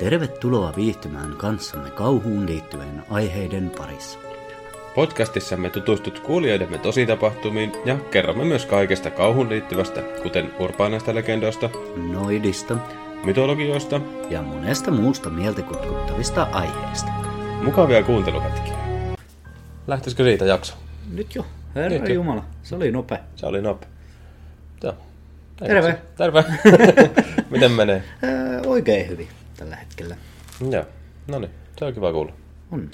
Tervetuloa viihtymään kanssamme kauhuun liittyvien aiheiden parissa. Podcastissamme tutustut kuulijoidemme tositapahtumiin ja kerromme myös kaikesta kauhuun liittyvästä, kuten urbaaneista legendoista, Noidista mytologioista ja monesta muusta mieltä kutkuttavista aiheista. Mukavia kuunteluhetkiä. Lähtisikö siitä jakso? Nyt jo, herra Jumala, se oli nopea. Se oli nopea. Joo. Terve. Terve. Miten menee? Oikein hyvin tällä hetkellä. Joo, no niin, se on kiva kuulla. On.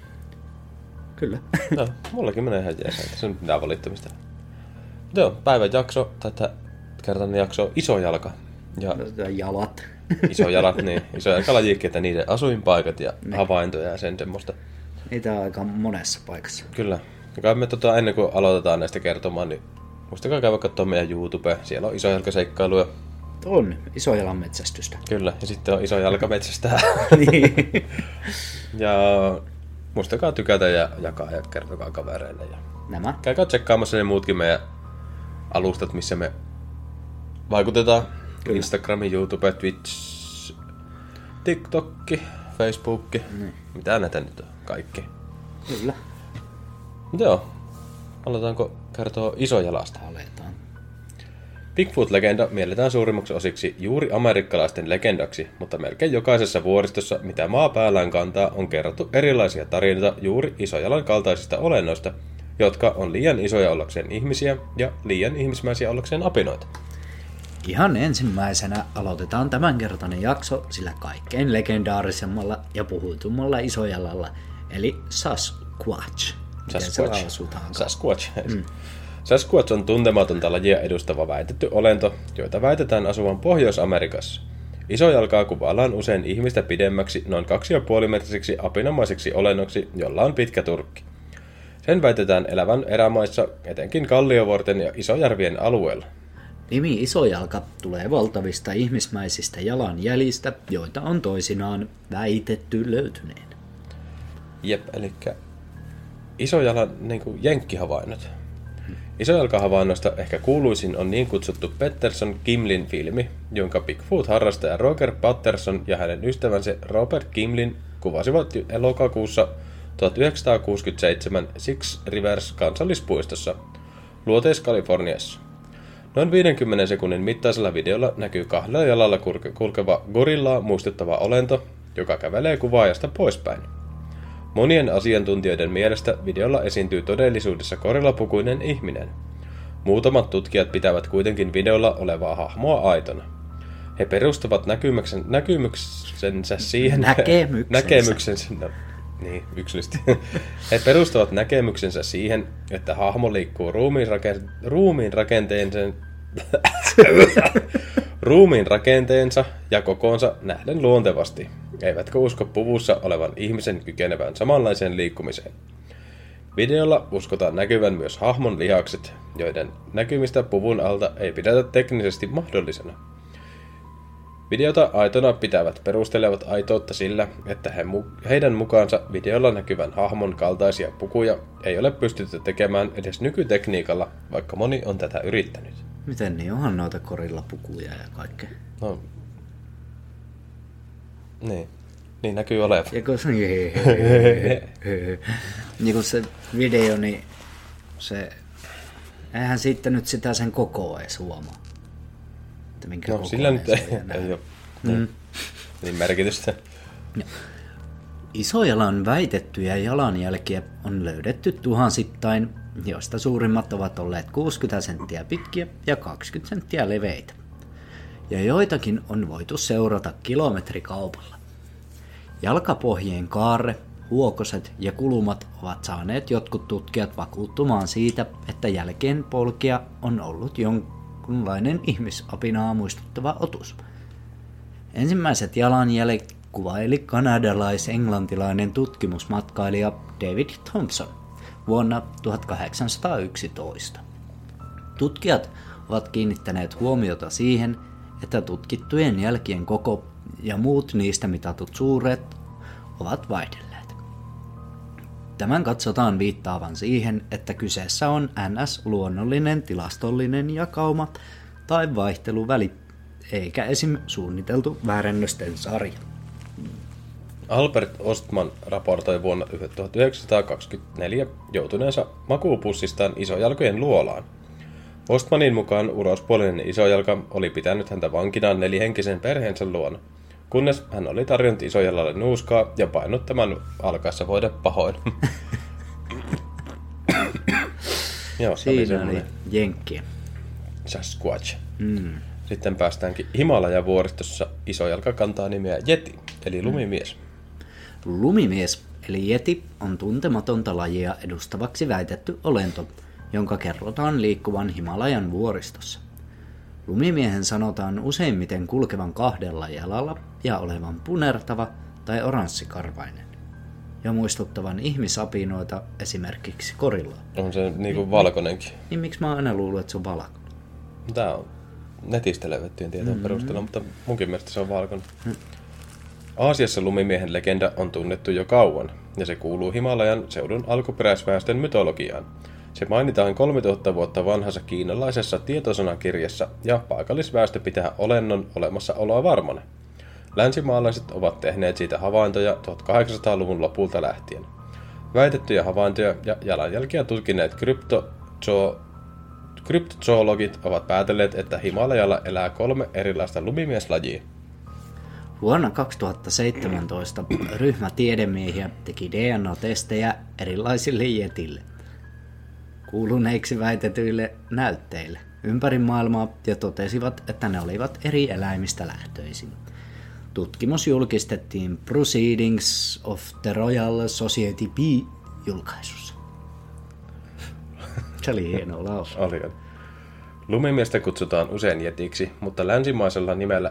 Kyllä. Joo, mullakin menee ihan jees, se on mitään valittamista. Joo, päivän jakso, tätä kertainen jakso on Isojalka. Ja jalat. Isojalat, niin. Isojalkalajikkeet ja niiden asuinpaikat ja havaintoja ja sen semmoista. Niitä on aika monessa paikassa. Kyllä. Ja me ennen kuin aloitetaan näistä kertomaan, niin muistakaa käydä katsoa meidän YouTube. Siellä on Isojalkaseikkailuja. On, Isojalan metsästystä. Kyllä, ja sitten on Isojalkametsästä. Niin. Ja muistakaa tykätä ja jakaa ja kertokaa kavereille. Ja Nämä. käykää tsekkaamassa ne muutkin meidän alustat, missä me vaikutetaan. Kyllä. Instagram, YouTube, Twitch, TikTok, Facebook. Mitä näitä nyt on? Kaikki. Kyllä. Joo. Aletaanko kertoa Isojalasta? Aletaan. Bigfoot-legenda mielletään suurimmaksi osiksi juuri amerikkalaisten legendaksi, mutta melkein jokaisessa vuoristossa, mitä maa päällään kantaa, on kerrottu erilaisia tarinoita juuri Isojalan kaltaisista olennoista, jotka on liian isoja ollakseen ihmisiä ja liian ihmismäisiä ollakseen apinoita. Ihan ensimmäisenä aloitetaan tämänkertainen jakso sillä kaikkein legendaarisemmalla ja puhutummalla Isojalalla, eli Sasquatch. Sasquatch. Sasquatch on tuntematonta lajia edustava väitetty olento, joita väitetään asuvan Pohjois-Amerikassa. Isojalkaa kuvaillaan usein ihmistä pidemmäksi noin 2,5-metrisiksi apinamaiseksi olennoksi, jolla on pitkä turkki. Sen väitetään elävän erämaissa, etenkin Kalliovuorten ja Isojärvien alueella. Nimi Isojalka tulee valtavista ihmismäisistä jalanjäljistä, joita on toisinaan väitetty löytyneen. Jep, eli Isojalan jenkkihavainnot. Isojalkahavainnosta ehkä kuuluisin on niin kutsuttu Patterson-Gimlin filmi, jonka Bigfoot-harrastaja Roger Patterson ja hänen ystävänsä Robert Gimlin kuvasivat elokuussa 1967 Six Rivers kansallispuistossa Luoteis-Kaliforniassa. Noin 50 sekunnin mittaisella videolla näkyy kahdella jalalla kulkeva gorillaa muistuttava olento, joka kävelee kuvaajasta poispäin. Monien asiantuntijoiden mielestä videolla esiintyy todellisuudessa gorillapukuinen ihminen. Muutamat tutkijat pitävät kuitenkin videolla olevaa hahmoa aitona. He perustavat näkemyksensä siihen... Näkemyksensä. No, niin, yksilöllisesti. He perustavat näkemyksensä siihen, että hahmo liikkuu ruumiin rakenteensa ja kokoonsa nähden luontevasti, eivätkä usko puvussa olevan ihmisen kykenevän samanlaiseen liikkumiseen. Videolla uskotaan näkyvän myös hahmon lihakset, joiden näkymistä puvun alta ei pidetä teknisesti mahdollisena. Videota aitona pitävät perustelevat aitoutta sillä, että heidän mukaansa videolla näkyvän hahmon kaltaisia pukuja ei ole pystytty tekemään edes nykytekniikalla, vaikka moni on tätä yrittänyt. Miten niin? Onhan noita gorillapukuja ja kaikkea. No. Niin näkyy olevan. Ja kun se video, niin se... Eihän siitä nyt sitä sen kokoa edes huomaa. No sillä nyt ei ole niin merkitystä. No. Isojalan väitettyjä jalanjälkiä on löydetty tuhansittain, joista suurimmat ovat olleet 60 senttiä pitkiä ja 20 senttiä leveitä. Ja joitakin on voitu seurata kilometrikaupalla. Jalkapohjien kaarre, huokoset ja kulumat ovat saaneet jotkut tutkijat vakuuttumaan siitä, että jälkeenpolkia on ollut jonkunlainen ihmisapinaa muistuttava otus. Ensimmäiset jalanjäljet kuvaili kanadalais-englantilainen tutkimusmatkailija David Thompson vuonna 1811. Tutkijat ovat kiinnittäneet huomiota siihen, että tutkittujen jälkien koko ja muut niistä mitatut suuret ovat vaihdelleet. Tämän katsotaan viittaavan siihen, että kyseessä on NS-luonnollinen tilastollinen jakauma tai vaihteluväli, eikä esim. Suunniteltu väärennösten sarja. Albert Ostman raportoi vuonna 1924 joutuneensa makuupussistaan isojalkojen luolaan. Ostmanin mukaan urospuolinen isojalka oli pitänyt häntä vankinaan nelihenkisen perheensä luona, kunnes hän oli tarjonnut isojalalle nuuskaa ja painut tämän alkaessa voida pahoin. Joo, siinä oli jenkkiä. Sasquatch. Sitten päästäänkin Himalaja-vuoristossa isojalka kantaa nimeä Yeti, eli lumimies. Lumimies, eli Yeti, on tuntematonta lajia edustavaksi väitetty olento, jonka kerrotaan liikkuvan Himalajan vuoristossa. Lumimiehen sanotaan useimmiten kulkevan 2 jalalla ja olevan punertava tai oranssikarvainen, ja muistuttavan ihmisapinoita esimerkiksi korillaa. On se niinku valkoinenkin. Niin miksi mä aina luullut, että se on valkoinen? Tää on netistä löydettyjen tietojen perusteella, mutta munkin mielestä se on valkoinen. Aasiassa lumimiehen legenda on tunnettu jo kauan, ja se kuuluu Himalajan seudun alkuperäisväestön mytologiaan. Se mainitaan 3000 vuotta vanhassa kiinalaisessa tietosanakirjassa, ja paikallisväestö pitää olennon olemassaoloa varmana. Länsimaalaiset ovat tehneet siitä havaintoja 1800-luvun lopulta lähtien. Väitettyjä havaintoja ja jalanjälkiä tutkineet kryptozoologit ovat päätelleet, että Himalajalla elää 3 erilaista lumimieslajia. Vuonna 2017 ryhmä tiedemiehiä teki DNA-testejä erilaisille jetille, kuuluneiksi väitetyille näytteille ympäri maailmaa, ja totesivat, että ne olivat eri eläimistä lähtöisin. Tutkimus julkistettiin Proceedings of the Royal Society B-julkaisussa. Se oli hieno laus. Oli. Lumimiestä kutsutaan usein jetiksi, mutta länsimaisella nimellä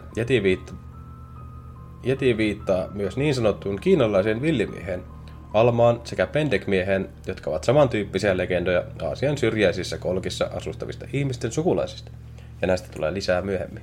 jeti viittaa myös niin sanottuun kiinalaiseen villimieheen, almaan sekä pendekmieheen, jotka ovat samantyyppisiä legendoja Aasian syrjäisissä kolkissa asustavista ihmisten sukulaisista. Ja näistä tulee lisää myöhemmin.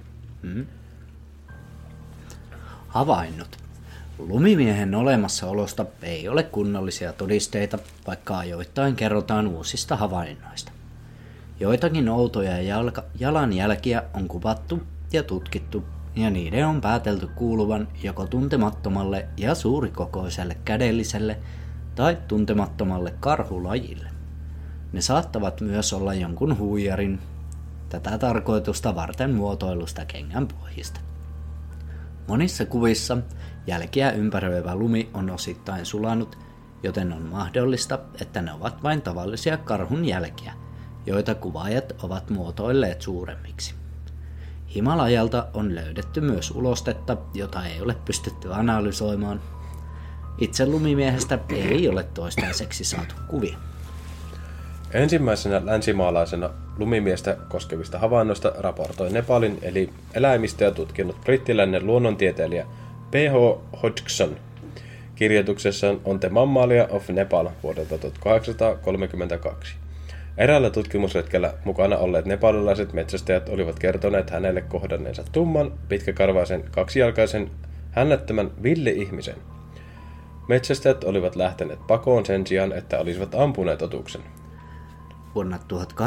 Havainnot. Lumimiehen olemassaolosta ei ole kunnollisia todisteita, vaikka ajoittain kerrotaan uusista havainnoista. Joitakin outoja jalanjälkiä on kuvattu ja tutkittu, ja niiden on päätelty kuuluvan joko tuntemattomalle ja suurikokoiselle kädelliselle tai tuntemattomalle karhulajille. Ne saattavat myös olla jonkun huijarin tätä tarkoitusta varten muotoilusta kengänpohjista. Monissa kuvissa jälkiä ympäröivä lumi on osittain sulanut, joten on mahdollista, että ne ovat vain tavallisia karhun jälkiä, joita kuvaajat ovat muotoilleet suuremmiksi. Himalajalta on löydetty myös ulostetta, jota ei ole pystytty analysoimaan. Itse lumimiehestä ei ole toistaiseksi saatu kuvia. Ensimmäisenä länsimaalaisena lumimiestä koskevista havainnoista raportoi Nepalin eli eläimistöä tutkinut brittiläinen luonnontieteilijä P.H. Hodgson. Kirjoituksessaan on The Mammalia of Nepal vuodelta 1832. Eräällä tutkimusretkellä mukana olleet nepalilaiset metsästäjät olivat kertoneet hänelle kohdanneensa tumman, pitkäkarvaisen, kaksijalkaisen, hännättömän villi-ihmisen. Metsästäjät olivat lähteneet pakoon sen sijaan, että olisivat ampuneet otuksen. Vuonna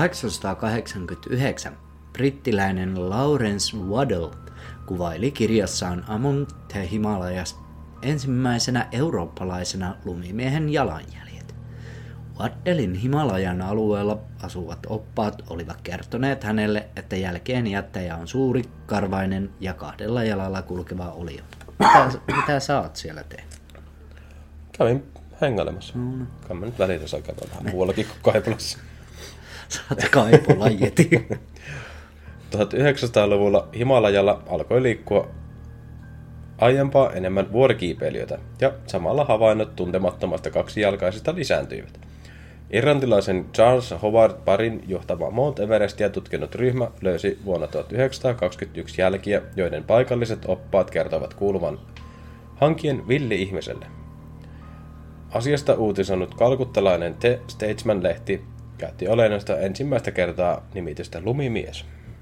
1889 brittiläinen Lawrence Waddell kuvaili kirjassaan Among the Himalayas ensimmäisenä eurooppalaisena lumimiehen jalanjäljet. Waddellin Himalajan alueella asuvat oppaat olivat kertoneet hänelle, että jälkeen jättäjä on suuri, karvainen ja 2 jalalla kulkeva olio. Mitä sä oot siellä tehnyt? Kävin hengailemassa. Kai mä nyt välillä saa käydä vähän muuallakin kuin Kaipulassa. Sä oot Kaipula-jeti. 1900-luvulla Himalajalla alkoi liikkua aiempaa enemmän vuorikiipeilijöitä, ja samalla havainnot tuntemattomasta kaksijalkaisesta lisääntyivät. Irlantilaisen Charles Howard Parryn johtama Mount Everestia tutkinut ryhmä löysi vuonna 1921 jälkiä, joiden paikalliset oppaat kertovat kuuluvan hankien villi-ihmiselle. Asiasta uutisoinut kalkuttalainen The Statesman-lehti käytti olennosta ensimmäistä kertaa nimitystä lumimies.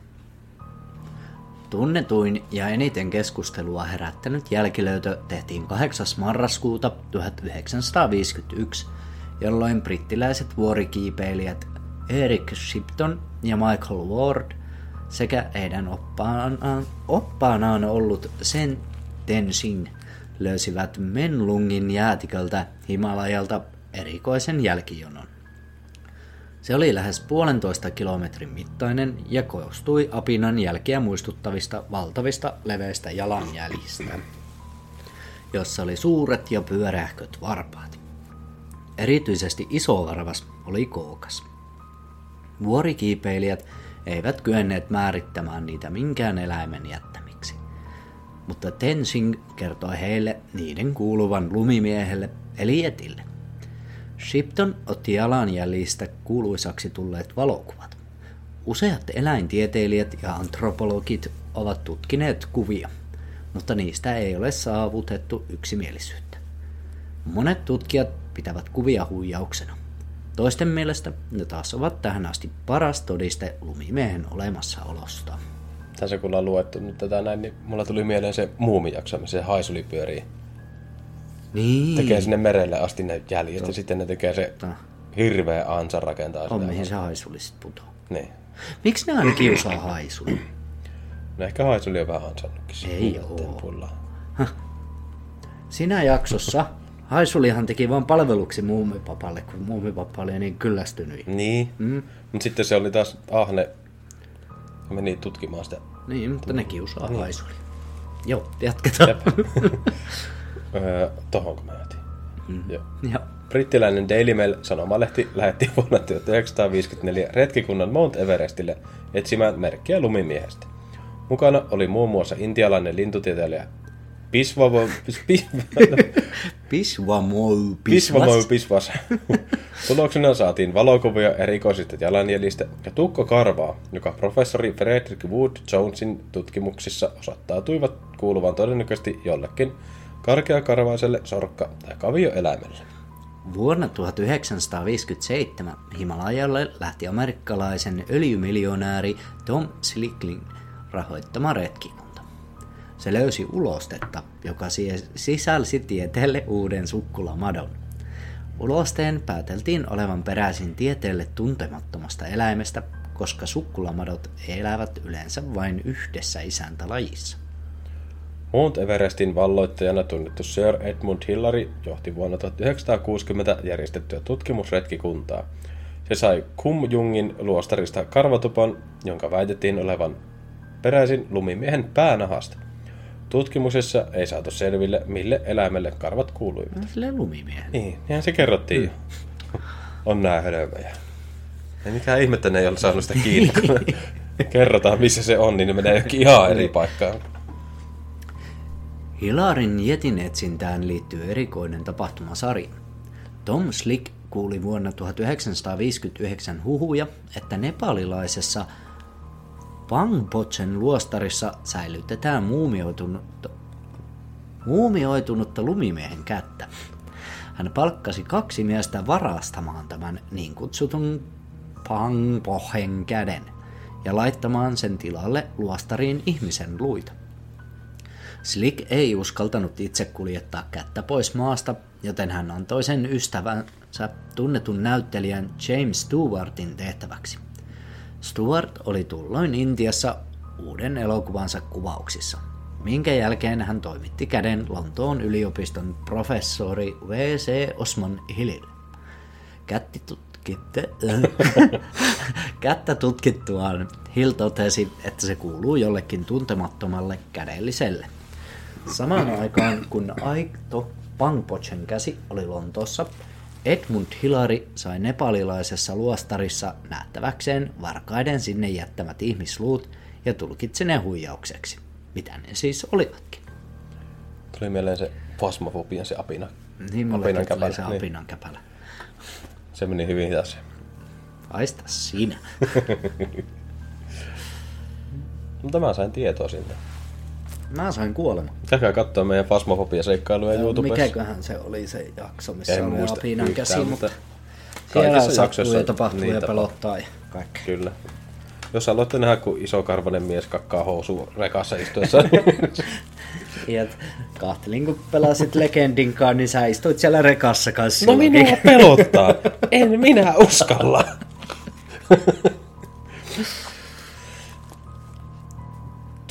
Tunnetuin ja eniten keskustelua herättänyt jälkilöytö tehtiin 8. marraskuuta 1951, jolloin brittiläiset vuorikiipeilijät Eric Shipton ja Michael Ward sekä heidän oppaanaan ollut Sen Tenzing löysivät Menlungin jäätiköltä Himalajalta erikoisen jälkijonon. Se oli lähes 1,5 kilometrin mittainen ja koostui apinan jälkiä muistuttavista valtavista leveistä jalanjäljistä, jossa oli suuret ja pyörähköt varpaat. Erityisesti isovarvas oli kookas. Vuorikiipeilijät eivät kyenneet määrittämään niitä minkään eläimen jättämiksi, mutta Tenzing kertoi heille niiden kuuluvan lumimiehelle eli Yetille. Shipton otti jalanjäljistä kuuluisaksi tulleet valokuvat. Useat eläintieteilijät ja antropologit ovat tutkineet kuvia, mutta niistä ei ole saavutettu yksimielisyyttä. Monet tutkijat pitävät kuvia huijauksena. Toisten mielestä ne taas ovat tähän asti paras todiste lumimiehen olemassaolosta. Tässä kun ollaan luettu nyt tätä näin, niin mulla tuli mieleen se muumijakso, missä se haisuli pyörii. Niin. Tekee sinne merelle asti ne jäljet ja sitten ne tekee se hirveä ansa rakentaa sitä. Mihin se haisuli sit putoo. Niin. Miksi ne aina kiusaa haisuli? No ehkä haisuli on vähän ansannutkin. Ei oo. Siinä jaksossa haisulihan teki vaan palveluksi Muumipapalle, kun Muumipappa oli niin kyllästynyt. Niin, mutta sitten se oli taas ahne ja meni tutkimaan sitä. Niin, mutta ne kiusaa haisuli. Joo, jatketaan. Tohonko mä jätin? Joo. Joo. Brittiläinen Daily Mail-sanomalehti lähetti vuonna 1954 retkikunnan Mount Everestille etsimään merkkiä lumimiehestä. Mukana oli muun muassa intialainen lintutieteilijä Pisvamou. Tuloksena saatiin valokuvia erikoisista jalanjäljistä ja tukkokarvaa, joka professori Frederick Wood Jonesin tutkimuksissa osoittautuivat kuuluvan todennäköisesti jollekin karkeakarvaiselle sorkka- tai kavioeläimelle. Vuonna 1957 Himalajalle lähti amerikkalaisen öljymiljonääri Tom Slickling rahoittama retkikunta. Se löysi ulostetta, joka sisälsi tieteelle uuden sukkulamadon. Ulosteen pääteltiin olevan peräisin tieteelle tuntemattomasta eläimestä, koska sukkulamadot elävät yleensä vain yhdessä isäntälajissa. Mount Everestin valloittajana tunnettu Sir Edmund Hillary johti vuonna 1960 järjestettyä tutkimusretkikuntaa. Se sai Kumjungin luostarista karvatupan, jonka väitettiin olevan peräisin lumimiehen päänahasta. Tutkimuksessa ei saatu selville, mille eläimelle karvat kuuluivat. Silleen lumimiehen. Niin, ihan se kerrottiin jo. On nää hölmöjä. Ei mikään ihmettä, ne ei ole saanut sitä kiinni, kun kerrotaan missä se on, niin ne menee johonkin ihan eri paikkaan. Hilarin Yetin etsintään liittyy erikoinen tapahtumasarja. Tom Slick kuuli vuonna 1959 huhuja, että nepalilaisessa Pangbochen luostarissa säilytetään muumioitunutta lumimiehen kättä. Hän palkkasi 2 miestä varastamaan tämän niin kutsutun Pangbochen käden ja laittamaan sen tilalle luostariin ihmisen luita. Slick ei uskaltanut itse kuljettaa kättä pois maasta, joten hän antoi sen ystävänsä tunnetun näyttelijän James Stewartin tehtäväksi. Stewart oli tulloin Intiassa uuden elokuvansa kuvauksissa, minkä jälkeen hän toimitti käden Lontoon yliopiston professori V.C. Osman Hillille. Kättä tutkittuaan Hill totesi, että se kuuluu jollekin tuntemattomalle kädelliselle. Samaan aikaan, kun aito Pangbochen käsi oli Lontoossa, Edmund Hillary sai nepalilaisessa luostarissa nähtäväkseen varkaiden sinne jättämät ihmisluut ja tulkitsi ne huijaukseksi, mitä ne siis olivatkin. Tuli mieleen se fasmofobian se apina. Niin mulle tuli se apinan käpälä. Se meni hyvin taas. Haista sinä. Mutta mä sain tietoa siitä. Mä sain kuolema. Käykää katsoa meidän fasmofobia-seikkailuja YouTubessa. Mikäköhän se oli se jakso, missä en oli apinan käsi, mutta siellä sattuu ja tapahtuu ja pelottaa ja kaikkea. Kyllä. Jos haluatte nähdä, kun isokarvainen mies kakkaa housua rekassa istuessa. Kahtelin, kun pelasit Legendinkaan, niin sä istuit siellä rekassa kanssa. No minua pelottaa. En minä uskalla.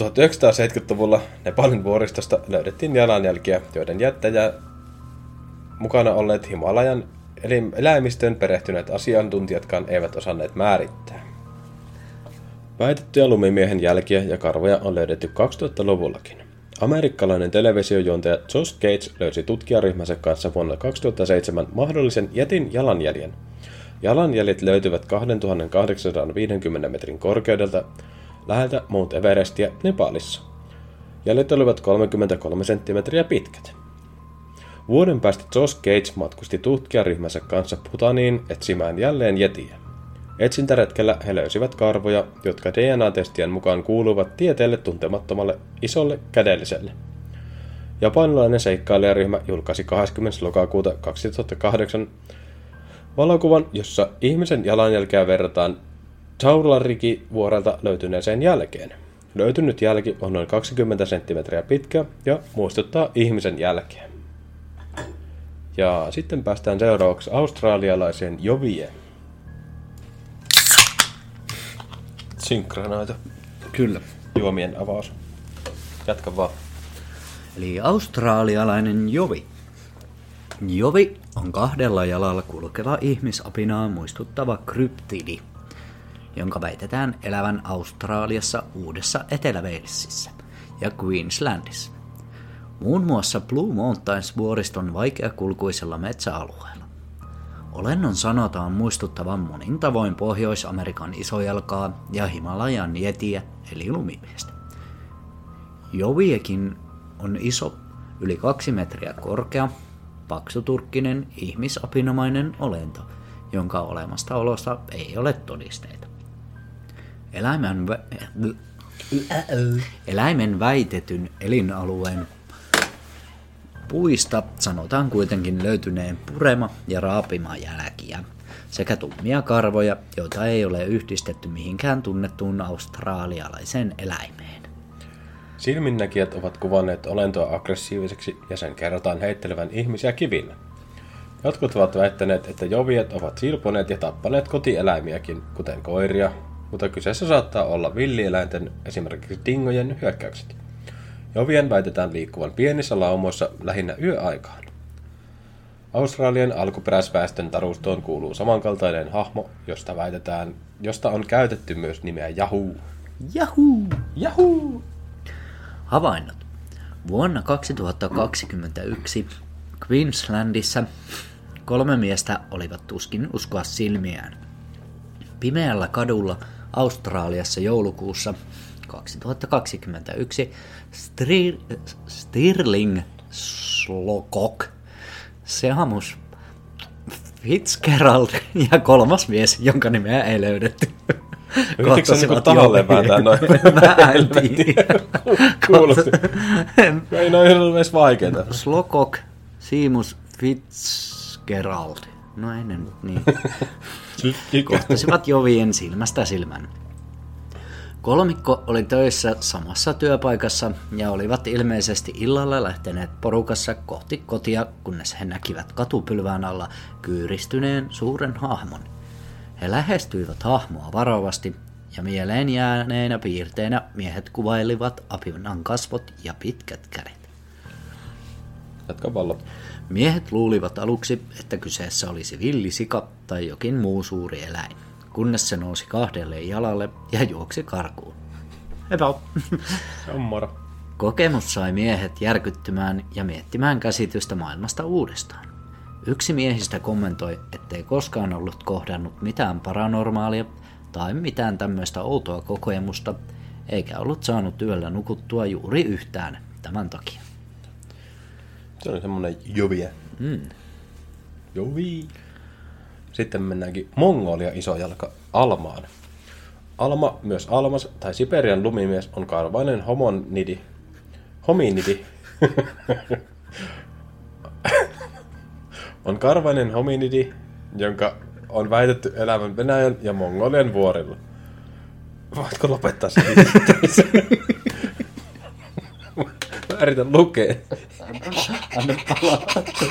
1970-luvulla Nepalin vuoristosta löydettiin jalanjälkiä, joiden jättäjä mukana olleet Himalajan eläimistöön perehtyneet asiantuntijatkaan eivät osanneet määrittää. Väitettyjä lumimiehen jälkiä ja karvoja on löydetty 2000-luvullakin. Amerikkalainen televisiojuontaja Josh Gates löysi tutkijaryhmänsä kanssa vuonna 2007 mahdollisen jätin jalanjäljen. Jalanjäljet löytyvät 2850 metrin korkeudelta läheltä Mount Everestia Nepalissa. Jäljet olivat 33 senttimetriä pitkät. Vuoden päästä Josh Gates matkusti tutkijaryhmänsä kanssa Bhutaniin etsimään jälleen jetiä. Etsintäretkellä he löysivät karvoja, jotka DNA-testien mukaan kuuluvat tieteelle tuntemattomalle isolle kädelliselle. Japanilainen seikkailijaryhmä julkaisi 20. lokakuuta 2008 valokuvan, jossa ihmisen jalanjälkeä verrataan Taulariki-vuorelta löytyneeseen jälkeen. Löytynyt jälki on noin 20 senttimetriä pitkä ja muistuttaa ihmisen jälkeä. Ja sitten päästään seuraavaksi australialaiseen Jovien. Synkronoita. Kyllä. Juomien avaus. Jatka vaan. Eli australialainen jovi. Jovi on kahdella jalalla kulkeva ihmisapinaa muistuttava kryptidi, jonka väitetään elävän Australiassa, Uudessa Etelä-Walesissa ja Queenslandissa. Muun muassa Blue Mountains-vuoriston vaikeakulkuisella metsäalueella. Olennon sanotaan muistuttavan monin tavoin Pohjois-Amerikan isojalkaa ja Himalajan jetiä eli lumimiestä. Joviekin on iso, yli 2 metriä korkea, paksuturkkinen, ihmisapinomainen olento, jonka olemastaolosta ei ole todisteita. Eläimen väitetyn elinalueen puista sanotaan kuitenkin löytyneen purema- ja raapimajälkiä sekä tummia karvoja, joita ei ole yhdistetty mihinkään tunnettuun australialaiseen eläimeen. Silminnäkijät ovat kuvanneet olentoa aggressiiviseksi ja sen kerrotaan heittelevän ihmisiä kivillä. Jotkut ovat väittäneet, että joviet ovat silponeet ja tappaneet kotieläimiäkin, kuten koiria, mutta kyseessä saattaa olla villieläinten, esimerkiksi dingojen, hyökkäykset. Jovien väitetään liikkuvan pienissä laumoissa lähinnä yöaikaan. Australian alkuperäisväestön tarustoon kuuluu samankaltainen hahmo, josta on käytetty myös nimeä Yahoo. Yahoo! Yahoo! Havainnot. Vuonna 2021 Queenslandissa 3 miestä olivat tuskin uskoa silmiään. Pimeällä kadulla Australiassa joulukuussa 2021 Stirling Slokok, Seamus Fitzgerald ja 3. mies, jonka nimeä ei löydetty. Yritikö se tahalleen vääntää noin? Mä en tiedä. Kuulosti. Ei noin edes vaikeeta. Slokok, Seamus Fitzgerald. No ei ne nyt niin. Kohtasivat jovien silmästä silmän. Kolmikko oli töissä samassa työpaikassa ja olivat ilmeisesti illalla lähteneet porukassa kohti kotia, kunnes he näkivät katupylvään alla kyyristyneen suuren hahmon. He lähestyivät hahmoa varovasti ja mieleen jääneenä piirteinä miehet kuvailivat apinan kasvot ja pitkät kädet. Jatka vallo. Miehet luulivat aluksi, että kyseessä olisi villisika tai jokin muu suuri eläin, kunnes se nousi 2 jalalle ja juoksi karkuun. Epä. Se on moro. Kokemus sai miehet järkyttymään ja miettimään käsitystä maailmasta uudestaan. Yksi miehistä kommentoi, ettei koskaan ollut kohdannut mitään paranormaalia tai mitään tämmöistä outoa kokemusta, eikä ollut saanut yöllä nukuttua juuri yhtään tämän takia. Se on semmonen jovia. Jovi. Sitten mennäänkin Mongolia isojalka Almaan. Alma, myös Almas tai Siperian lumimies, on karvainen hominidi. On karvainen hominidi, jonka on väitetty elävän Venäjän ja Mongolian vuorilla. Voitko lopettaa se? Mä yritän lukea. Anna palaa.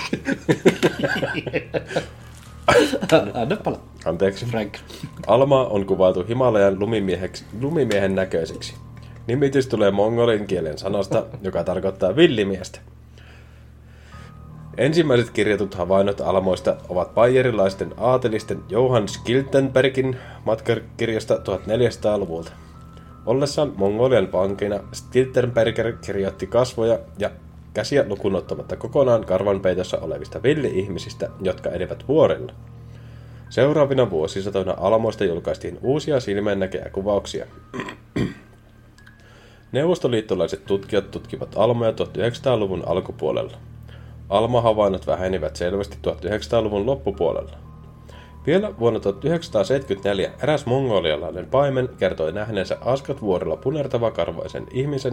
Anna palaa. Anteeksi. Frank. Alma on kuvailtu Himalajan lumimiehen näköiseksi. Nimitys tulee mongolin kielen sanasta, joka tarkoittaa villimiestä. Ensimmäiset kirjatut havainnot almoista ovat bayerilaisten aatelisten Johann Skiltenbergin matkakirjasta 1400-luvulta. Ollessaan Mongolian pankina Skiltenberger kirjoitti kasvoja ja käsiä lukuun ottamatta kokonaan karvanpeitossa olevista villi-ihmisistä, jotka elivät vuorilla. Seuraavina vuosisatoina almoista julkaistiin uusia silmeennäkejä kuvauksia. Neuvostoliittolaiset tutkijat tutkivat almoja 1900-luvun alkupuolella. Almahavainnot vähenivät selvästi 1900-luvun loppupuolella. Vielä vuonna 1974 eräs mongolialainen paimen kertoi nähneensä Askat-vuorilla punertavakarvaisen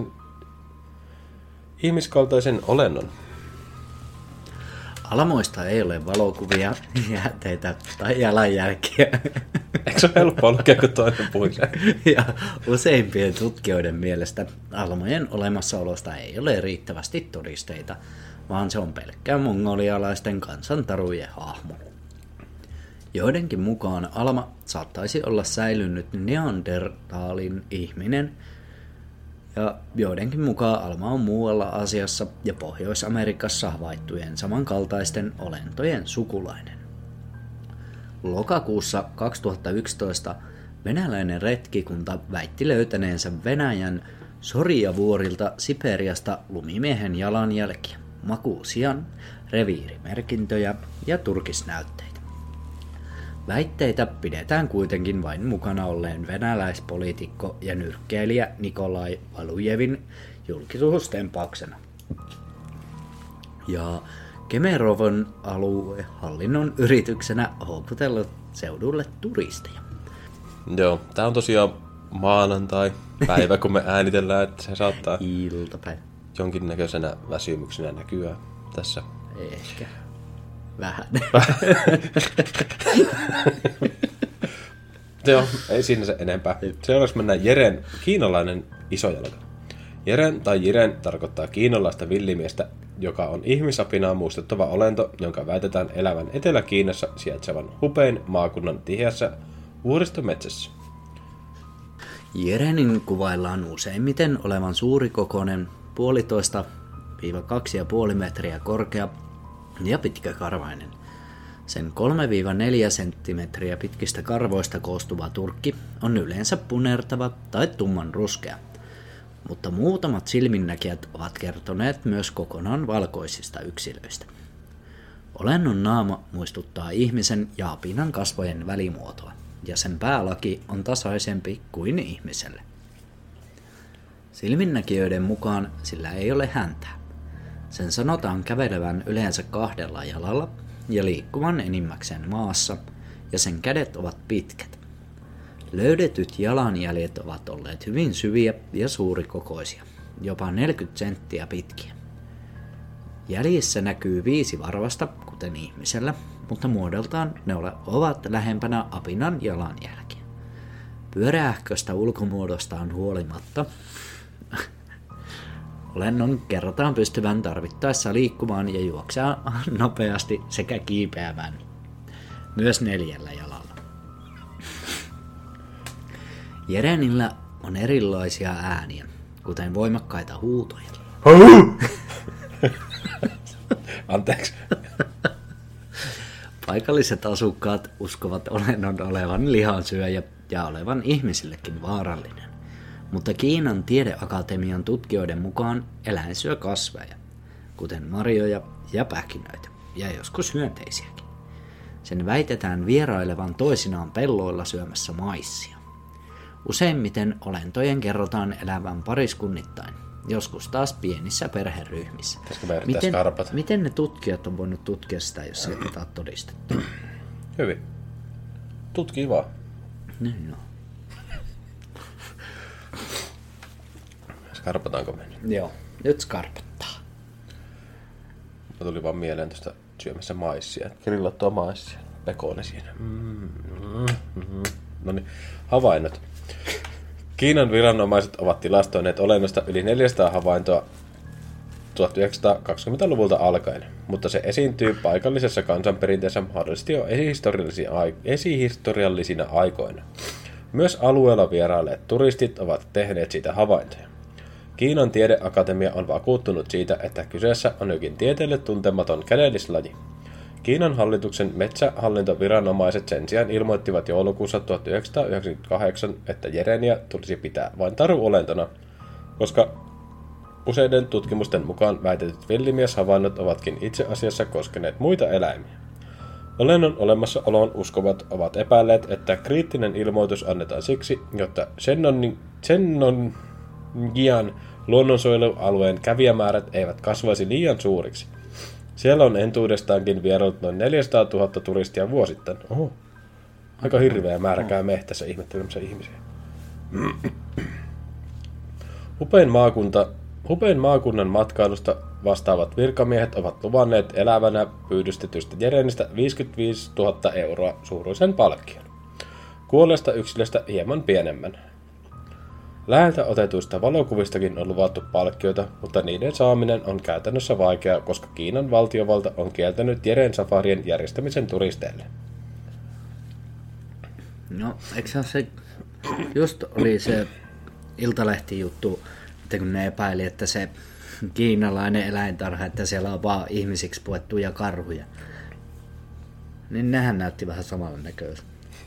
ihmiskaltaisen olennon. Almoista ei ole valokuvia, jääteitä tai jalanjälkiä. Eikö se ole helppoa lukea, kun toinen puhuisi? Ja useimpien tutkijoiden mielestä almojen olemassaolosta ei ole riittävästi todisteita, vaan se on pelkkää mongolialaisten kansantarujen hahmo. Joidenkin mukaan alma saattaisi olla säilynyt Neandertalin ihminen, ja joidenkin mukaan alma on muualla Aasiassa ja Pohjois-Amerikassa havaittujen samankaltaisten olentojen sukulainen. Lokakuussa 2011 venäläinen retkikunta väitti löytäneensä Venäjän Soria-vuorilta Siperiasta lumimiehen jalanjälkiä, makuusian, reviirimerkintöjä ja turkisnäytteitä. Väitteitä pidetään kuitenkin vain mukana olleen venäläispoliitikko ja nyrkkeilijä Nikolai Valujevin julkisuustempauksena. Ja Kemerovon aluehallinnon yrityksenä houkutellut seudulle turisteja. Joo, tää on tosiaan maanantai-päivä, kun me äänitellään, että se saattaa iltapäivä jonkinnäköisenä väsymyksenä näkyä tässä. Ehkä. Vähän. Joo, ei siinä se enempää. Seuraavaksi mennään Jeren, kiinalainen isojalka. Jeren tai Jiren tarkoittaa kiinalaista villimiestä, joka on ihmisapinaa muistuttava olento, jonka väitetään elävän Etelä-Kiinassa sijaitsevan Hubein maakunnan tiheässä vuoristometsässä. Jerenin kuvaillaan useimmiten olevan suurikokoinen, 1,5–2,5 metriä korkea ja pitkäkarvainen. Sen 3–4 senttimetriä pitkistä karvoista koostuva turkki on yleensä punertava tai tumman ruskea, mutta muutamat silminnäkijät ovat kertoneet myös kokonaan valkoisista yksilöistä. Olennon naama muistuttaa ihmisen ja apinan kasvojen välimuotoa, ja sen päälaki on tasaisempi kuin ihmiselle. Silminnäkijöiden mukaan sillä ei ole häntää. Sen sanotaan kävelevän yleensä 2 jalalla ja liikkuvan enimmäkseen maassa, ja sen kädet ovat pitkät. Löydetyt jalanjäljet ovat olleet hyvin syviä ja suurikokoisia, jopa 40 senttiä pitkiä. Jäljissä näkyy 5 varvasta, kuten ihmisellä, mutta muodoltaan ne ovat lähempänä apinan jalanjälkiä. Pyöreähköstä ulkomuodostaan huolimatta olennon kerrotaan pystyvän tarvittaessa liikkumaan ja juoksemaan nopeasti sekä kiipeämään, myös 4 jalalla. Jerenillä on erilaisia ääniä, kuten voimakkaita huutoja. Anteeksi. Paikalliset asukkaat uskovat olennon olevan lihansyöjä ja olevan ihmisillekin vaarallinen. Mutta Kiinan tiedeakatemian tutkijoiden mukaan eläin syö kasveja, kuten marjoja ja pähkinöitä, ja joskus hyönteisiäkin. Sen väitetään vierailevan toisinaan pelloilla syömässä maissia. Useimmiten olentojen kerrotaan elävän pariskunnittain, joskus taas pienissä perheryhmissä. Miten ne tutkijat on voinut tutkia sitä, jos se ei ole todistettu? Hyvin. Tutkii vaan. No. Skarpataanko me? Joo, nyt skarpattaa. Mä tuli vaan mieleen tuosta syömässä maissia. Grillattua maissia. Pekoni siinä. Noniin, havainnot. Kiinan viranomaiset ovat tilastoineet olennosta yli 400 havaintoa 1920-luvulta alkaen, mutta se esiintyy paikallisessa kansanperinteessä mahdollisesti jo esihistoriallisina aikoina. Myös alueella vierailleet turistit ovat tehneet siitä havaintoja. Kiinan tiedeakatemia on vakuuttunut siitä, että kyseessä on jokin tieteelle tuntematon kädellislaji. Kiinan hallituksen metsähallintoviranomaiset sen sijaan ilmoittivat joulukuussa 1998, että Jereniä tulisi pitää vain taruolentona, koska useiden tutkimusten mukaan väitetyt villimieshavainnot ovatkin itse asiassa koskeneet muita eläimiä. Olennon olemassaoloon uskovat ovat epäilleet, että kriittinen ilmoitus annetaan siksi, jotta Zhejiang luonnonsuojelualueen kävijämäärät eivät kasvaisi liian suuriksi. Siellä on entuudestaankin vierailut noin 400 000 turistia vuosittain. Oho. Aika hirveä määrä käy mehtässä ihmettelemässä ihmisiä. Hupein maakunnan matkailusta vastaavat virkamiehet ovat luvanneet elävänä pyydystetystä Jerenistä 55 000 euroa suuruisen palkkion. Kuolleesta yksilöstä hieman pienemmän. Läheltä otetuista valokuvistakin on luvattu palkkioita, mutta niiden saaminen on käytännössä vaikeaa, koska Kiinan valtiovalta on kieltänyt Jeren safarien järjestämisen turisteille. No, eikö se just oli se Iltalehti-juttu, että kun ne epäili, että se kiinalainen eläintarha, että siellä on vaan ihmisiksi puettuja karhuja. Niin nehän näytti vähän samalla näköistä.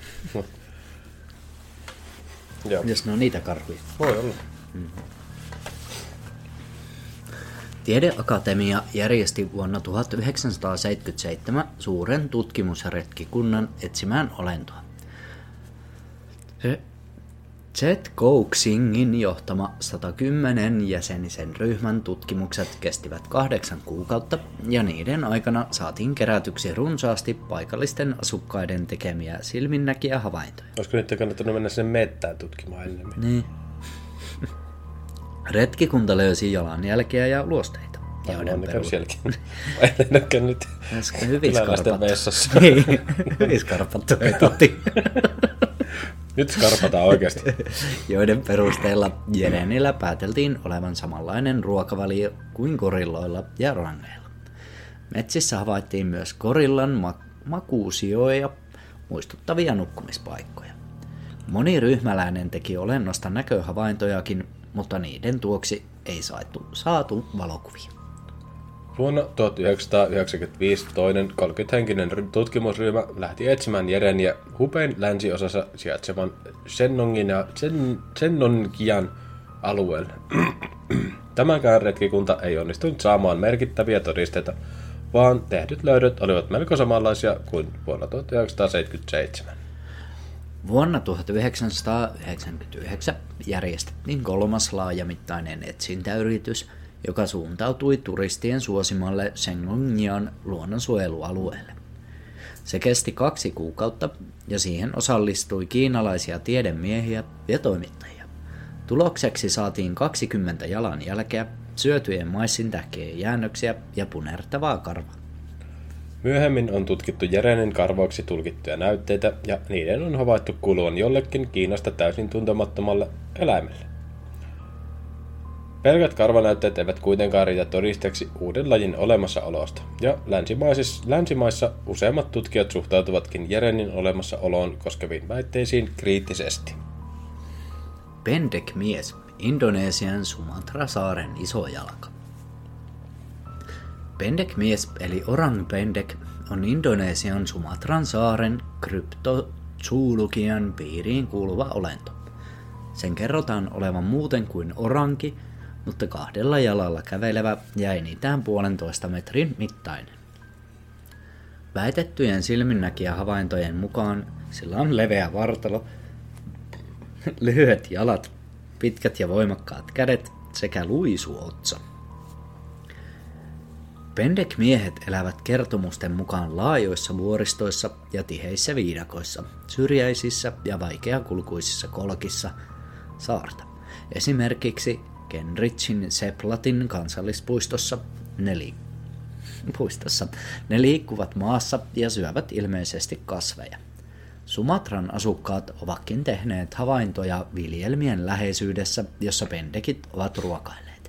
Jos ne on niitä karhuja. Voi olla. Tiedeakatemia järjesti vuonna 1977 suuren tutkimusretkikunnan etsimään olentoa. Chet Coxingin johtama 110 jäsenisen ryhmän tutkimukset kestivät 8 kuukautta ja niiden aikana saatiin kerätyksi runsaasti paikallisten asukkaiden tekemiä silminnäkiä havaintoja. Olisiko nyt kannattanut mennä sen mettään tutkimaan enemmän? Niin. Retkikunta löysi jalanjälkeä ja luosteita. Joiden perusteella. Vai nyt hyviskarpattu. vessassa? Hyviskarpattu etatti. Nyt skarpataan oikeasti. Joiden perusteella Jerenillä pääteltiin olevan samanlainen ruokavalio kuin gorilloilla ja orangeilla. Metsissä havaittiin myös gorillan makuusioja muistuttavia nukkumispaikkoja. Moni ryhmäläinen teki olennosta näköhavaintojakin, mutta niiden tuoksi ei saatu valokuvia. Vuonna 1995 toinen 30-henkinen tutkimusryhmä lähti etsimään Jereniä Hupein länsiosassa sijaitsevan Zhennongjiang alueelle. Tämäkään retkikunta ei onnistunut saamaan merkittäviä todisteita, vaan tehdyt löydöt olivat melko samanlaisia kuin vuonna 1977. Vuonna 1999 järjestettiin 3. laajamittainen etsintäyritys, joka suuntautui turistien suosimalle Zhejiang luonnonsuojelualueelle. Se kesti 2 kuukautta ja siihen osallistui kiinalaisia tiedemiehiä ja toimittajia. Tulokseksi saatiin 20 jalanjälkeä, syötyjen maissintähkien jäännöksiä ja punertavaa karvaa. Myöhemmin on tutkittu Jerenin karvoiksi tulkittuja näytteitä ja niiden on havaittu kuuluvan jollekin Kiinasta täysin tuntemattomalle eläimelle. Pelkät karvanäytteet eivät kuitenkaan riitä todisteeksi uuden lajin olemassaolosta, ja länsimaissa useimmat tutkijat suhtautuvatkin Jerenin olemassaoloon koskeviin väitteisiin kriittisesti. Pendek-mies, Indonesian Sumatra-saaren iso jalka. Pendek-mies eli orang pendek on Indonesian Sumatran saaren Cryptozoologian piiriin kuuluva olento. Sen kerrotaan olevan muuten kuin oranki, mutta 2 jalalla kävelevä ja enintään 1,5 metrin mittainen. Väitettyjen silminnäkijähavaintojen mukaan sillä on leveä vartalo, lyhyet jalat, pitkät ja voimakkaat kädet sekä luisuotsa. Pendek-miehet elävät kertomusten mukaan laajoissa vuoristoissa ja tiheissä viidakoissa, syrjäisissä ja vaikeakulkuisissa kolkissa saarta. Esimerkiksi Kenrichin Seplatin kansallispuistossa ne liikkuvat maassa ja syövät ilmeisesti kasveja. Sumatran asukkaat ovatkin tehneet havaintoja viljelmien läheisyydessä, jossa pendekit ovat ruokailleet.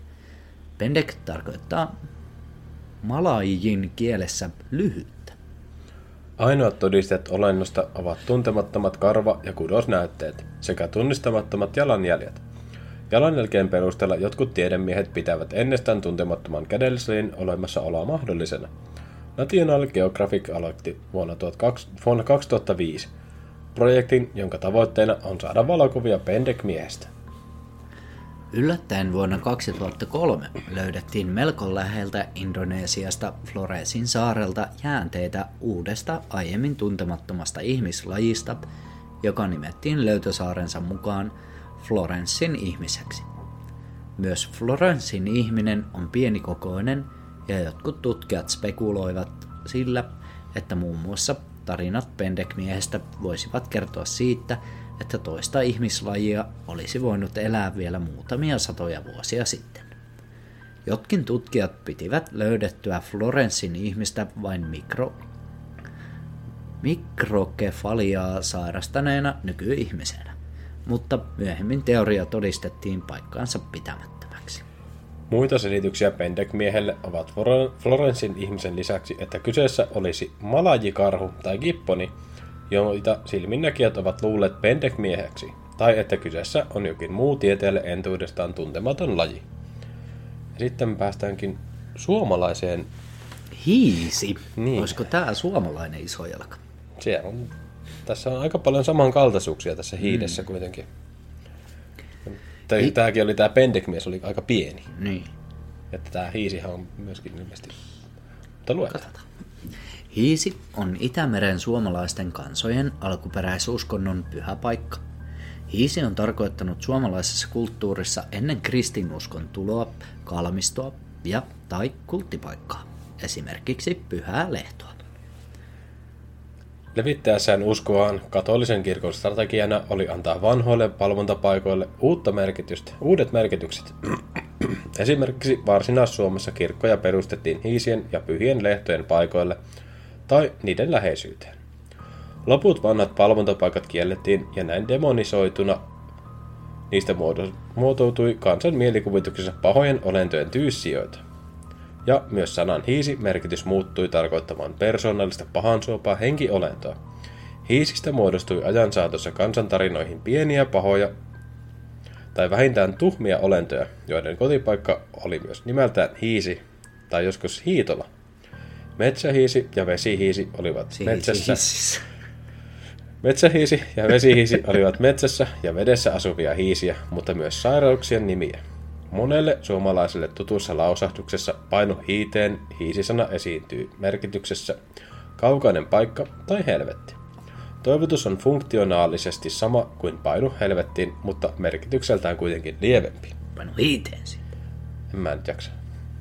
Pendek tarkoittaa malaijin kielessä lyhyttä. Ainoat todisteet olennosta ovat tuntemattomat karva- ja kudosnäytteet sekä tunnistamattomat jalanjäljet. Jalanjälkeen perusteella jotkut tiedemiehet pitävät ennestään tuntemattoman kädellislajin olemassaoloa mahdollisena. National Geographic aloitti vuonna 2005 projektin, jonka tavoitteena on saada valokuvia Pendek-miehestä. Yllättäen vuonna 2003 löydettiin melko läheltä Indonesiasta Floresin saarelta jäänteitä uudesta aiemmin tuntemattomasta ihmislajista, joka nimettiin löytösaarensa mukaan Florensin ihmiseksi. Myös Florensin ihminen on pienikokoinen ja jotkut tutkijat spekuloivat sillä, että muun muassa tarinat Pendek-miehestä voisivat kertoa siitä, että toista ihmislajia olisi voinut elää vielä muutamia satoja vuosia sitten. Jotkin tutkijat pitivät löydettyä Florensin ihmistä vain mikrokefaliaa sairastaneena nykyihmisenä, mutta myöhemmin teoria todistettiin paikkaansa pitämättömäksi. Muita selityksiä Pendek-miehelle ovat Florensin ihmisen lisäksi, että kyseessä olisi malajikarhu tai gipponi, joita silminnäkijät ovat luulleet Pendek-mieheksi, tai että kyseessä on jokin muu tieteelle entuudestaan tuntematon laji. Ja sitten päästäänkin suomalaiseen. Hiisi. Niin. Olisiko tämä suomalainen isojalka? Tässä on aika paljon samankaltaisuuksia tässä hiidessä kuitenkin. Tämäkin oli tämä Pendek-mies, oli aika pieni. Niin. Että tämä hiisihän on myöskin ilmeisesti. Mutta luetaan. Hiisi on Itämeren suomalaisten kansojen alkuperäisuskonnon pyhä paikka. Hiisi on tarkoittanut suomalaisessa kulttuurissa ennen kristinuskon tuloa kalmistoa ja tai kulttipaikkaa, esimerkiksi pyhää lehtoa. Levittäessään uskoaan katolisen kirkon strategiana oli antaa vanhoille valvontapaikoille uudet merkitykset. Esimerkiksi Varsinais-Suomessa kirkkoja perustettiin hiisien ja pyhien lehtojen paikoille tai niiden läheisyyteen. Loput vanhat valvontapaikat kiellettiin ja näin demonisoituna niistä muotoutui kansan mielikuvituksessa pahojen olentojen tyyssijoita. Ja myös sanan hiisi-merkitys muuttui tarkoittamaan persoonallista pahansuopaa henkiolentoa. Hiisistä muodostui ajan saatossa kansantarinoihin pieniä pahoja tai vähintään tuhmia olentoja, joiden kotipaikka oli myös nimeltään hiisi tai joskus hiitola. Metsähiisi ja vesihiisi olivat metsässä. Metsähiisi ja vesihiisi olivat metsässä ja vedessä asuvia hiisiä, mutta myös sairauksien nimiä. Monelle suomalaiselle tutussa lausahduksessa painu hiiteen hiisisana esiintyy merkityksessä kaukainen paikka tai helvetti. Toivotus on funktionaalisesti sama kuin painu helvettiin, mutta merkitykseltään kuitenkin lievempi. Painu hiiteen siitä. En mä nyt jaksa.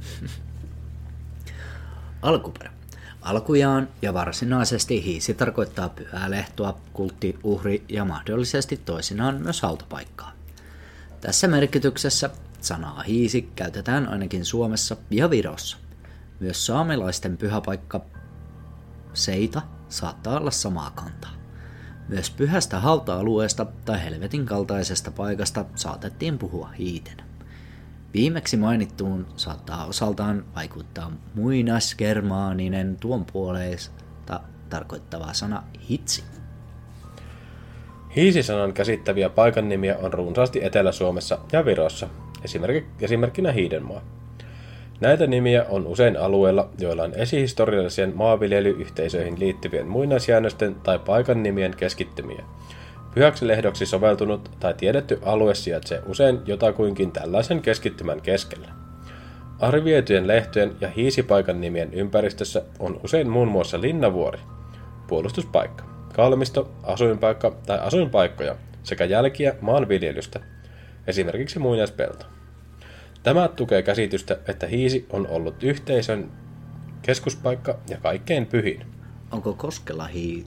Alkuperä. Alkujaan ja varsinaisesti hiisi tarkoittaa pyhää lehtoa, kultti, uhri ja mahdollisesti toisinaan myös hautapaikkaa. Tässä merkityksessä sanaa hiisi käytetään ainakin Suomessa ja Virossa. Myös saamelaisten pyhäpaikka seita saattaa olla samaa kantaa. Myös pyhästä hauta-alueesta tai helvetin kaltaisesta paikasta saatettiin puhua hiitenä. Viimeksi mainittuun saattaa osaltaan vaikuttaa muinaisgermaaninen tuon puoleista tarkoittava sana hitsi. Hiisisanan käsittäviä paikannimiä on runsaasti Etelä-Suomessa ja Virossa, esimerkkinä Hiidenmaa. Näitä nimiä on usein alueilla, joilla on esihistorialliseen maanviljelyyhteisöihin liittyvien muinaisjäännösten tai paikannimien keskittymiä. Pyhäksi lehdoksi soveltunut tai tiedetty alue sijaitsee usein jotakuinkin tällaisen keskittymän keskellä. Arvioitujen lehtojen ja hiisipaikan nimien ympäristössä on usein muun muassa linnavuori, puolustuspaikka, kalmisto, asuinpaikka tai asuinpaikkoja sekä jälkiä maanviljelystä, esimerkiksi muinaispelto. Tämä tukee käsitystä, että hiisi on ollut yhteisön keskuspaikka ja kaikkein pyhin. Onko Koskela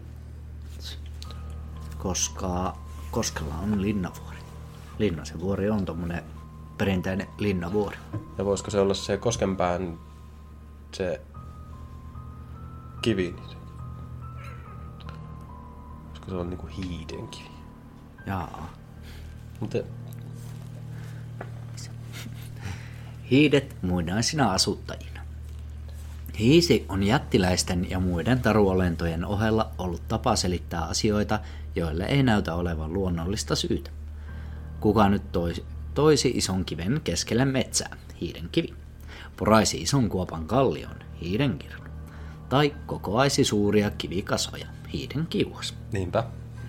koska Koskela on linnavuori. Linnasen vuori on tommonen perinteinen linnavuori. Ja voisiko se olla se Koskenpään se kivi? Voisiko se olla niinku hiiden kivi? Jaa. Mutta Hiidet muinaisina asuttajina. Hiisi on jättiläisten ja muiden taruolentojen ohella ollut tapa selittää asioita, joille ei näytä olevan luonnollista syytä. Kuka nyt toisi ison kiven keskelle metsää, hiiden kivi, poraisi ison kuopan kallion, hiiden kirnu, tai kokoaisi suuria kivikasoja, hiiden kiuas. Niinpä.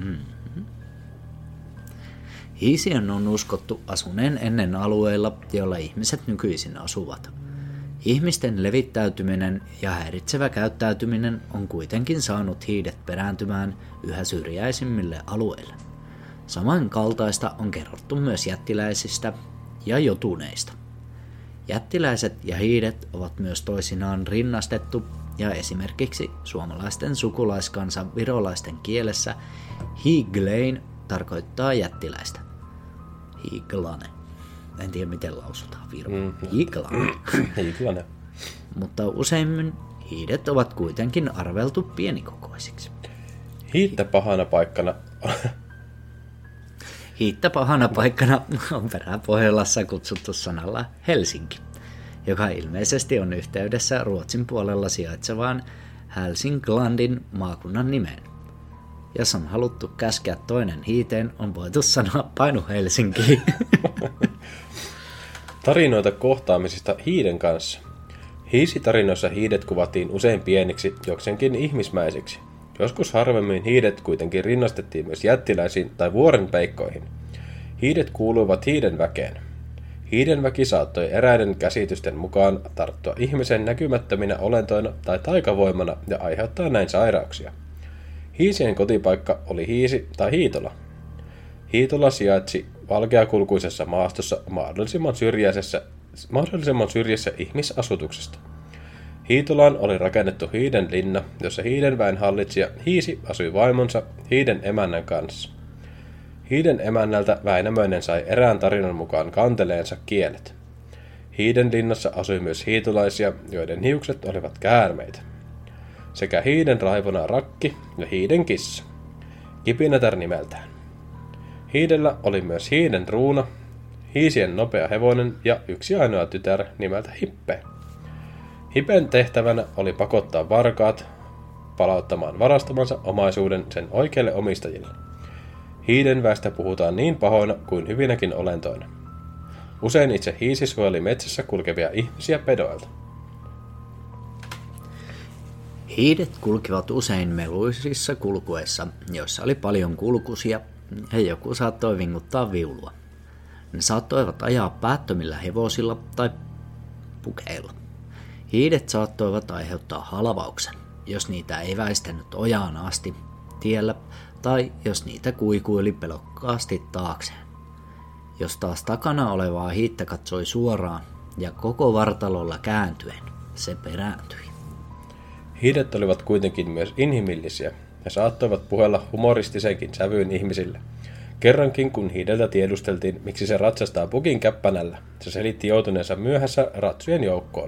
Hiisien on uskottu asuneen ennen alueilla, joilla ihmiset nykyisin asuvat. Ihmisten levittäytyminen ja häiritsevä käyttäytyminen on kuitenkin saanut hiidet perääntymään yhä syrjäisimmille alueille. Samankaltaista on kerrottu myös jättiläisistä ja jotuneista. Jättiläiset ja hiidet ovat myös toisinaan rinnastettu ja esimerkiksi suomalaisten sukulaiskansa virolaisten kielessä hiiglein tarkoittaa jättiläistä. Hiiglane. En tiedä miten lausutaan Viroa. Hiiglane. Mutta useimmin hiidet ovat kuitenkin arveltu pienikokoisiksi. Hiittä pahana paikkana. Hiittä pahana paikkana on Peräpohjolassa kutsuttu sanalla Helsinki, joka ilmeisesti on yhteydessä Ruotsin puolella sijaitsevaan Hälsinglandin maakunnan nimeen. Jos on haluttu käskeä toinen hiiteen, on voitu sanoa painu Helsinkiin. Tarinoita kohtaamisista hiiden kanssa. Hiisitarinoissa hiidet kuvattiin usein pieniksi, jokseenkin ihmismäisiksi. Joskus harvemmin hiidet kuitenkin rinnastettiin myös jättiläisiin tai vuorenpeikkoihin. Hiidet kuuluivat hiiden väkeen. Hiidenväki saattoi eräiden käsitysten mukaan tarttua ihmisen näkymättöminä olentoina tai taikavoimana ja aiheuttaa näin sairauksia. Hiisien kotipaikka oli Hiisi tai Hiitola. Hiitola sijaitsi valkeakulkuisessa maastossa mahdollisimman syrjässä ihmisasutuksesta. Hiitolaan oli rakennettu hiiden linna, jossa hiidenväen hallitsija Hiisi asui vaimonsa hiiden emännän kanssa. Hiiden emännältä Väinämöinen sai erään tarinan mukaan kanteleensa kielet. Hiiden linnassa asui myös hiitolaisia, joiden hiukset olivat käärmeitä. Sekä hiiden raivona rakki ja hiiden kissa. Kipinätär nimeltään. Hiidellä oli myös hiiden ruuna, hiisien nopea hevonen ja yksi ainoa tytär nimeltä Hippe. Hipen tehtävänä oli pakottaa varkaat palauttamaan varastamansa omaisuuden sen oikeille omistajille. Hiidenväestä puhutaan niin pahoina kuin hyvinäkin olentoina. Usein itse hiisi suojeli metsässä kulkevia ihmisiä pedoilta. Hiidet kulkivat usein meluisissa kulkuessa, joissa oli paljon kulkusia ja joku saattoi vinguttaa viulua. Ne saattoivat ajaa päättömillä hevosilla tai pukeilla. Hiidet saattoivat aiheuttaa halvauksen, jos niitä ei väistänyt ojaan asti tiellä tai jos niitä kuikuili pelokkaasti taakseen. Jos taas takana olevaa hiittä katsoi suoraan ja koko vartalolla kääntyen, se perääntyi. Hiidet olivat kuitenkin myös inhimillisiä ja saattoivat puhella humoristisenkin sävyyn ihmisille. Kerrankin kun hiideltä tiedusteltiin, miksi se ratsastaa pukin käppänällä, se selitti joutuneensa myöhässä ratsujen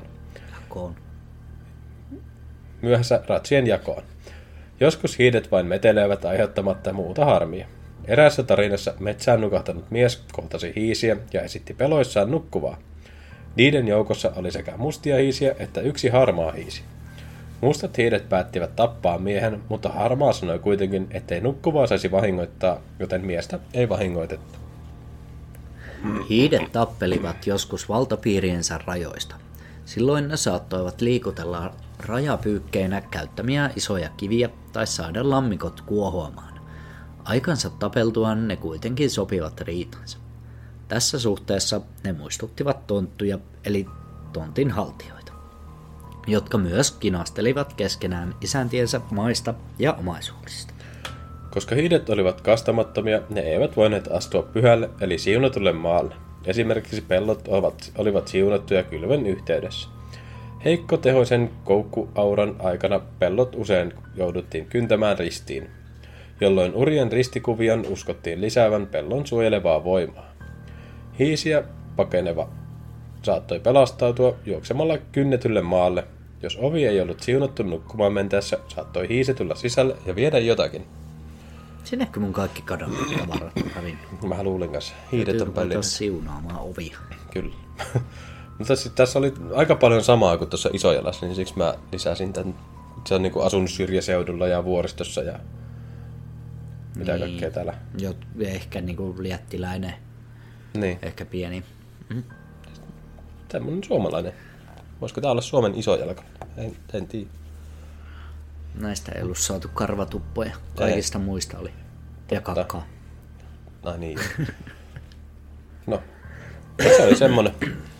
jakoon. Joskus hiidet vain metelöivät aiheuttamatta muuta harmia. Eräässä tarinassa metsään nukahtanut mies kohtasi hiisiä ja esitti peloissaan nukkuvaa. Niiden joukossa oli sekä mustia hiisiä että yksi harmaa hiisi. Mustat hiidet päättivät tappaa miehen, mutta harmaa sanoi kuitenkin, ettei nukkuvaa saisi vahingoittaa, joten miestä ei vahingoitettu. Hiidet tappelivat joskus valtapiiriensä rajoista. Silloin ne saattoivat liikutella rajapyykkeinä käyttämiä isoja kiviä tai saada lammikot kuohuamaan. Aikansa tapeltuaan ne kuitenkin sopivat riitansa. Tässä suhteessa ne muistuttivat tonttuja eli tontinhaltijoita, jotka myös kinastelivat keskenään isäntiensä maista ja omaisuuksista. Koska hiidet olivat kastamattomia, ne eivät voineet astua pyhälle eli siunatulle maalle. Esimerkiksi pellot olivat siunattuja kylvön yhteydessä. Heikkotehoisen koukkuauran aikana pellot usein jouduttiin kyntämään ristiin, jolloin urien ristikuvion uskottiin lisäävän pellon suojelevaa voimaa. Hiisiä pakeneva saattoi pelastautua juoksemalla kynnetylle maalle. Jos ovi ei ollut siunattu nukkumaan mentäessä, saattoi hiisi tulla sisälle ja viedä jotakin. Sinnekin mun kaikki kadonnut tavarat hävinnyt. Mä luulin kanssa. Hiidet on paljon. Siunaamaan ovia. Kyllä. Mutta tässä oli aika paljon samaa kuin tuossa Isojalassa, niin siksi mä lisäsin tämän. Se on niinku asunut syrjäseudulla ja vuoristossa ja mitä Niin. kaikkea täällä. Ehkä niinku liettiläinen, Niin, ehkä pieni. tämmönen suomalainen. Voisiko tää olla Suomen Isojalka? En tiedä. Näistä ei ollut saatu karvatuppoja. Kaikista muista oli. Ja kakkaa. Ai niin. No, se oli semmonen.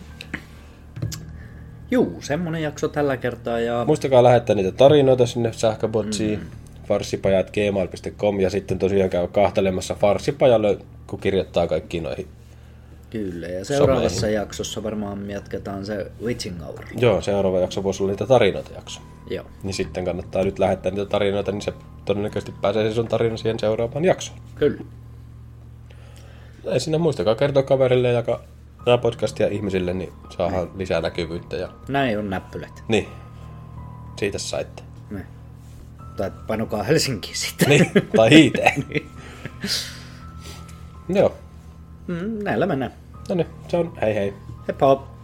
Juu, semmonen jakso tällä kertaa. Ja Muistakaa lähettää niitä tarinoita sinne sähköpotsiin. farssipajat@gmail.com ja sitten tosiaan käy kahtelemassa Farssipajalle, kun kirjoittaa kaikkiin noihin. kyllä, ja seuraavassa jaksossa varmaan jatketaan se Witching Hour. Joo, seuraava jakso voisi olla niitä tarinoita jakso. Joo. Niin sitten kannattaa nyt lähettää niitä tarinoita, niin se todennäköisesti pääsee se sun tarina siihen seuraavaan jaksoon. Kyllä. Ei sinne muistakaa kertoa kaverille ja jakaa nämä podcastia ihmisille, niin saadaan lisää näkyvyyttä. Ja... Näin on näppylät. Niin, siitä saitte. Ne. Tai panokaa Helsinkiin sitten. Niin, tai hiiteen. Joo, Näillä mennään. no niin, se on hei hei. Heippa!